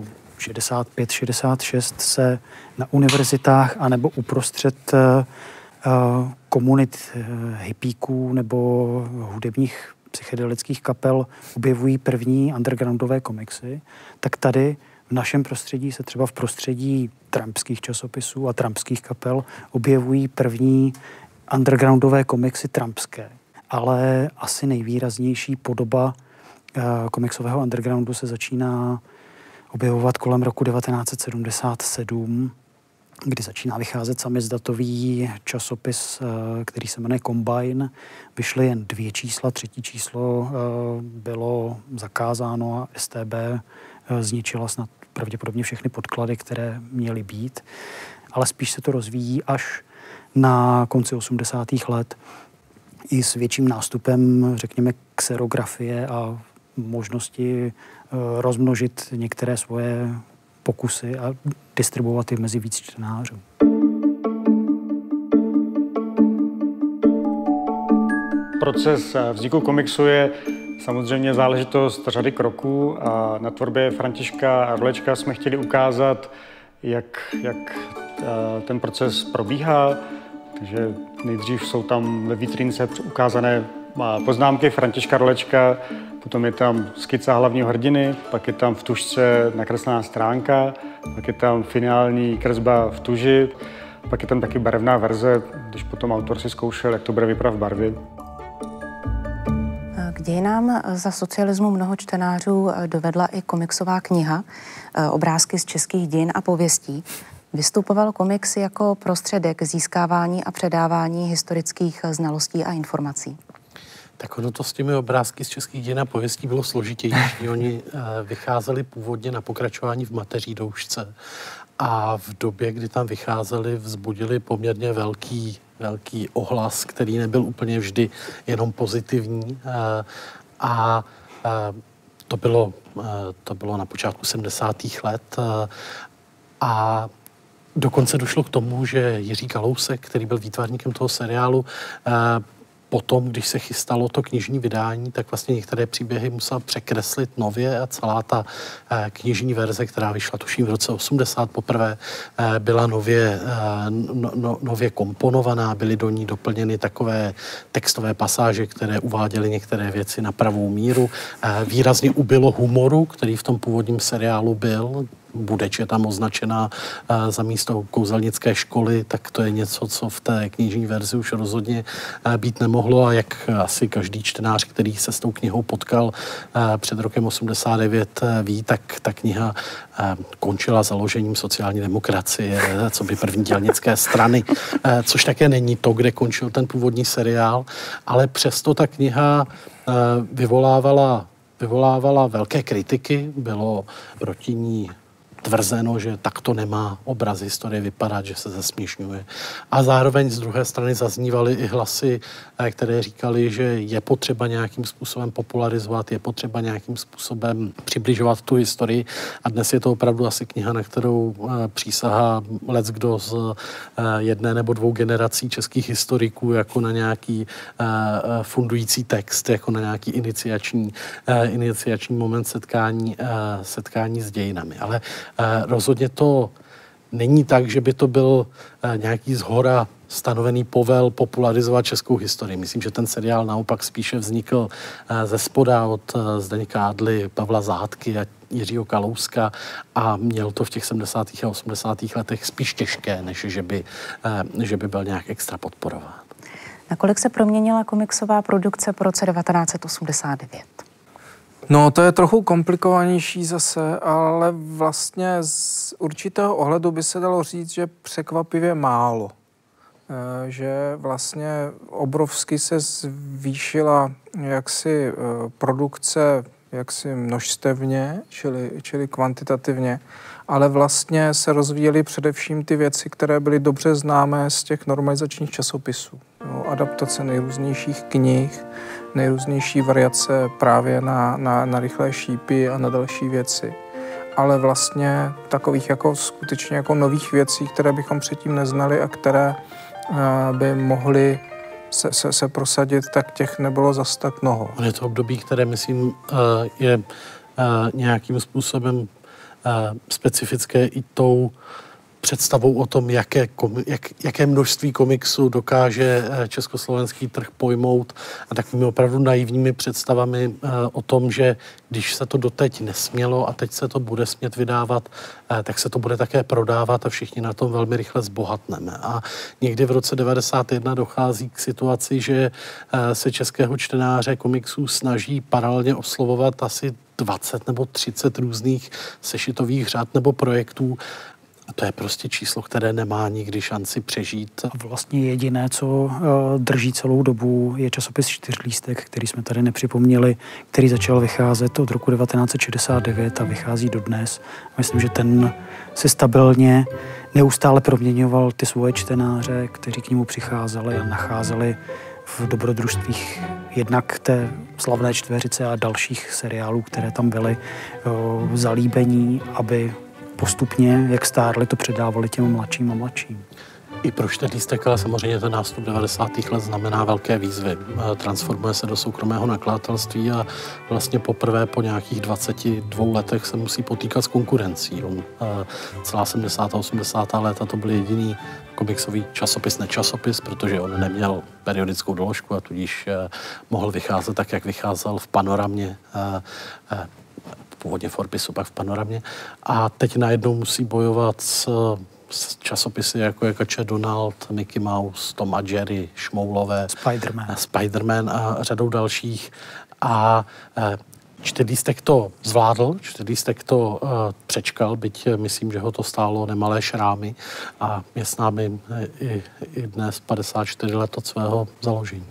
65, 66 se na univerzitách anebo uprostřed komunit hippíků nebo hudebních psychedelických kapel objevují první undergroundové komiksy, tak tady v našem prostředí se třeba v prostředí trumpských časopisů a trumpských kapel objevují první undergroundové komiksy trumpské. Ale asi nejvýraznější podoba komiksového undergroundu se začíná objevovat kolem roku 1977, kdy začíná vycházet samizdatový časopis, který se jmenuje Combine. Vyšly jen 2 čísla, 3. číslo bylo zakázáno a STB zničila snad pravděpodobně všechny podklady, které měly být. Ale spíš se to rozvíjí až na konci 80. let i s větším nástupem, řekněme, kserografie a možnosti rozmnožit některé svoje pokusy a distribuovat je mezi víc čtenářů. Proces vzniku komiksu je samozřejmě záležitost řady kroků a na tvorbě Františka Rolečka jsme chtěli ukázat, jak ten proces probíhá. Takže nejdřív jsou tam ve vitrínce ukázané poznámky Františka Rolečka, potom je tam skica hlavního hrdiny, pak je tam v tužce nakreslená stránka, pak je tam finální kresba v tuži, pak je tam taky barevná verze, když potom autor si zkoušel, jak to bude vypadat v barvě. K dějinám za socialismu mnoho čtenářů dovedla i komiksová kniha Obrázky z českých dějin a pověstí. Vystupoval komiks jako prostředek získávání a předávání historických znalostí a informací. Tak ono to s těmi obrázky z českých dějin a pověstí bylo složitější. Oni vycházeli původně na pokračování v Mateří doušce a v době, kdy tam vycházeli, vzbudili poměrně velký ohlas, který nebyl úplně vždy jenom pozitivní. To bylo na počátku 70. let a dokonce došlo k tomu, že Jiří Kalousek, který byl výtvarníkem toho seriálu, potom, když se chystalo to knižní vydání, tak vlastně některé příběhy musel překreslit nově a celá ta knižní verze, která vyšla tuším v roce 80 poprvé, byla nově komponovaná, byly do ní doplněny takové textové pasáže, které uváděly některé věci na pravou míru. Výrazně ubylo humoru, který v tom původním seriálu byl. Budeč je tam označená za místo kouzelnické školy, tak to je něco, co v té knižní verzi už rozhodně být nemohlo a jak asi každý čtenář, který se s tou knihou potkal před rokem 89 ví, tak ta kniha končila založením sociální demokracie, co by první dělnické strany, což také není to, kde končil ten původní seriál, ale přesto ta kniha vyvolávala velké kritiky, bylo proti ní tvrzeno, že takto nemá obraz historie vypadat, že se zesměšňuje. A zároveň z druhé strany zaznívaly i hlasy, které říkali, že je potřeba nějakým způsobem popularizovat, je potřeba nějakým způsobem přibližovat tu historii. A dnes je to opravdu asi kniha, na kterou přísahá leckdo z 1 nebo 2 generací českých historiků, jako na nějaký fundující text, jako na nějaký iniciační moment setkání s dějinami. Ale rozhodně to není tak, že by to byl nějaký zhora stanovený povel popularizovat českou historii. Myslím, že ten seriál naopak spíše vznikl ze spoda od Zdeňka Adly, Pavla Zátky a Jiřího Kalouska a měl to v těch 70. a 80. letech spíš těžké, než že by byl nějak extra podporován. Nakolik se proměnila komiksová produkce po roce 1989? No, to je trochu komplikovanější zase, ale vlastně z určitého ohledu by se dalo říct, že překvapivě málo. Že vlastně obrovsky se zvýšila jaksi produkce jaksi množstevně, čili kvantitativně, ale vlastně se rozvíjely především ty věci, které byly dobře známé z těch normalizačních časopisů. No, adaptace nejrůznějších knih, nejrůznější variace právě na rychlé šípy a na další věci. Ale vlastně takových jako skutečně jako nových věcí, které bychom předtím neznali a které by mohly se prosadit, tak těch nebylo zas tak mnoho. Je to období, které, myslím, je nějakým způsobem specifické i tou představou o tom, jaké množství komiksu dokáže československý trh pojmout a takovými opravdu naivními představami o tom, že když se to doteď nesmělo a teď se to bude smět vydávat, tak se to bude také prodávat a všichni na tom velmi rychle zbohatneme. A někdy v roce 1991 dochází k situaci, že se českého čtenáře komiksů snaží paralelně oslovovat asi 20 nebo 30 různých sešitových řad nebo projektů. A to je prostě číslo, které nemá nikdy šanci přežít. Vlastně jediné, co drží celou dobu, je časopis Čtyřlístek, který jsme tady nepřipomněli, který začal vycházet od roku 1969 a vychází dodnes. Myslím, že ten se stabilně neustále proměňoval ty svoje čtenáře, kteří k němu přicházeli a nacházeli v dobrodružstvích jednak té Slavné čtveřice a dalších seriálů, které tam byly, zalíbení, aby postupně, jak stárli, to předávali těm mladším a mladším. I pro Čtyřlístek, ale samozřejmě ten nástup 90. let znamená velké výzvy. Transformuje se do soukromého nakladatelství a vlastně poprvé po nějakých 22 letech se musí potýkat s konkurencí. Celá 70. a 80. léta to byl jediný komiksový časopis, nečasopis, protože on neměl periodickou doložku a tudíž mohl vycházet tak, jak vycházel v Panoramě, původně v Orbisu, pak v Panoramě. A teď najednou musí bojovat s časopisy jako je Kače Donald, Mickey Mouse, Tom a Jerry, Šmoulové, Spider-Man a řadou dalších. A Čtyřlístek to zvládl, Čtyřlístek to přečkal, byť myslím, že ho to stálo nemalé šrámy a je s námi i dnes 54 let od svého založení.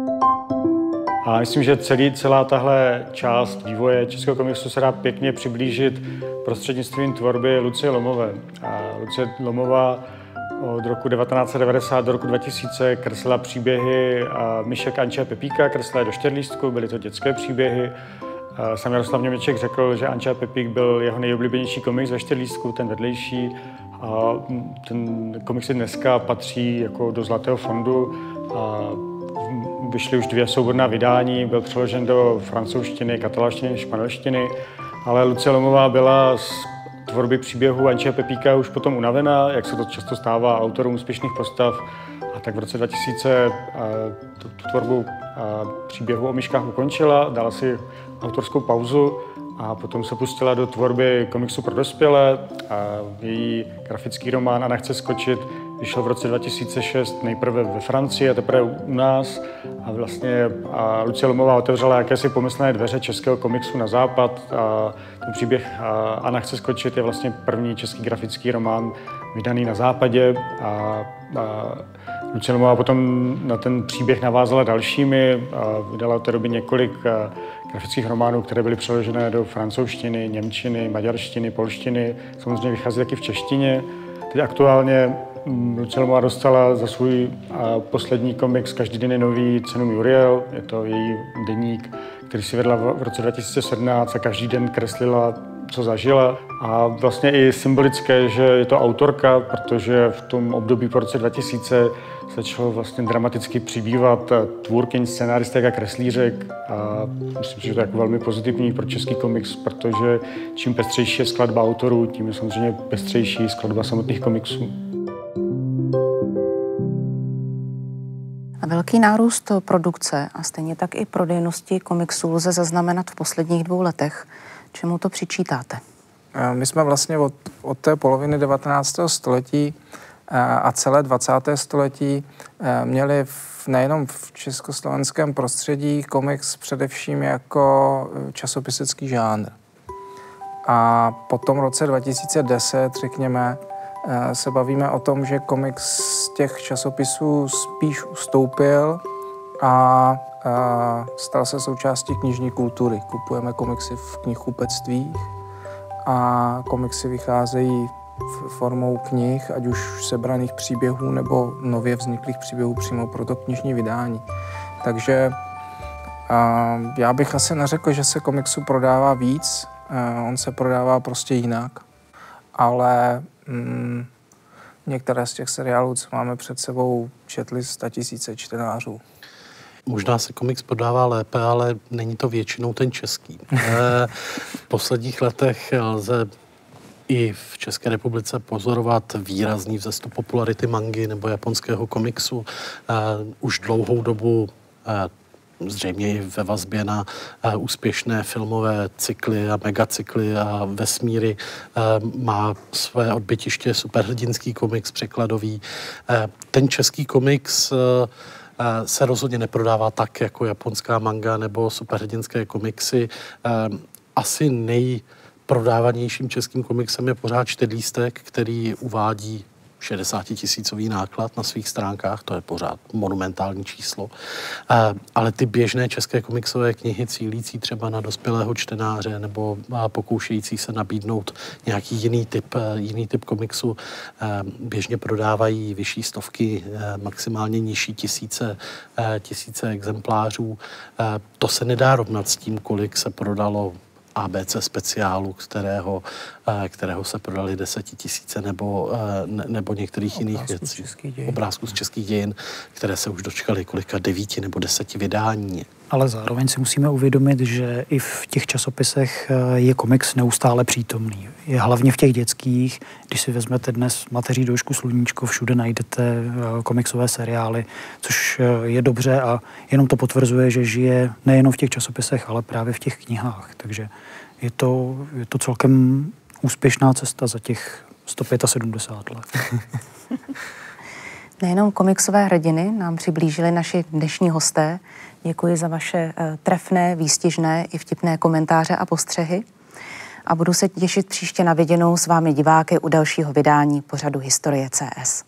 A myslím, že celá tahle část vývoje českého komiksu se dá pěkně přiblížit prostřednictvím tvorby Lucie Lomové. A Lucie Lomová od roku 1990 do roku 2000 kreslila příběhy myšek Anči a Pepíka, kreslila je do Čtyřlístku, byly to dětské příběhy. Sam Jaroslav Němeček řekl, že Anči a Pepík byl jeho nejoblíbenější komiks ve Čtyřlístku, ten vedlejší. A ten komiks dneska patří jako do Zlatého fondu. A vyšly už 2 souborná vydání, byl přeložen do francouzštiny, katalánštiny, španělštiny, ale Lucie Lomová byla z tvorby příběhu Anči a Pepíka už potom unavená, jak se to často stává autorům úspěšných postav. A tak v roce 2000 tu tvorbu příběhu o myškách ukončila, dala si autorskou pauzu a potom se pustila do tvorby komiksu pro dospělé. Její grafický román Anna chce skočit vyšel v roce 2006 nejprve ve Francii a teprve u nás. A vlastně Lucie Lomová otevřela jakési pomyslné dveře českého komiksu na západ. Ten příběh Anna chce skočit je vlastně první český grafický román vydaný na západě. Lucie Lomová potom na ten příběh navázala dalšími. Vydala v té době několik grafických románů, které byly přeložené do francouzštiny, němčiny, maďarštiny, polštiny. Samozřejmě vychází taky v češtině. Teď aktuálně Lucie Lomová dostala za svůj poslední komiks Každý den je nový cenu Muriel. Je to její deník, který si vedla v roce 2017 a každý den kreslila, co zažila. A vlastně i symbolické, že je to autorka, protože v tom období po roce 2000 začalo vlastně dramaticky přibývat tvůrkyň, scénáristek a kreslířek. A myslím, že to je jako velmi pozitivní pro český komiks, protože čím pestřejší je skladba autorů, tím je samozřejmě pestřejší skladba samotných komiksů. Velký nárůst produkce a stejně tak i prodejnosti komiksů lze zaznamenat v posledních 2 letech. Čemu to přičítáte? My jsme vlastně od té poloviny 19. století a celé 20. století měli nejenom v československém prostředí komiks především jako časopisecký žánr. A po tom roce 2010, řekněme, se bavíme o tom, že komiks z těch časopisů spíš ustoupil a stal se součástí knižní kultury. Kupujeme komiksy v knihkupectvích a komiksy vycházejí formou knih, ať už sebraných příběhů nebo nově vzniklých příběhů přímo pro to knižní vydání. Takže já bych asi neřekl, že se komiksu prodává víc, on se prodává prostě jinak, ale některé z těch seriálů, co máme před sebou, četli 100 000 čtenářů. Možná se komiks prodává lépe, ale není to většinou ten český. V posledních letech lze i v České republice pozorovat výrazný vzestup popularity mangy nebo japonského komiksu. Už dlouhou dobu zřejmě i ve vazbě na úspěšné filmové cykly a megacykly a vesmíry má své odbytiště superhrdinský komiks překladový. Ten český komiks se rozhodně neprodává tak jako japonská manga nebo superhrdinské komiksy. Asi nejprodávanějším českým komiksem je pořád Čtyřlístek, který uvádí 60 000 náklad na svých stránkách, to je pořád monumentální číslo. Ale ty běžné české komiksové knihy cílící třeba na dospělého čtenáře nebo pokoušející se nabídnout nějaký jiný typ komiksu, běžně prodávají vyšší stovky, maximálně nižší tisíce exemplářů. To se nedá rovnat s tím, kolik se prodalo ABC speciálu, kterého se prodali 10 000 nebo některých jiných věcí. Obrázků z českých dějin, které se už dočkaly kolika 9 nebo 10 vydání. Ale zároveň si musíme uvědomit, že i v těch časopisech je komiks neustále přítomný. Je hlavně v těch dětských, když si vezmete dnes Mateří doušku, Sluníčko, všude najdete komiksové seriály, což je dobře a jenom to potvrzuje, že žije nejenom v těch časopisech, ale právě v těch knihách. Takže je to celkem úspěšná cesta za těch 175 let. Nejenom komiksové hrdiny nám přiblížili naši dnešní hosté. Děkuji za vaše trefné, výstižné i vtipné komentáře a postřehy. A budu se těšit příště na viděnou s vámi diváky u dalšího vydání pořadu Historie CS.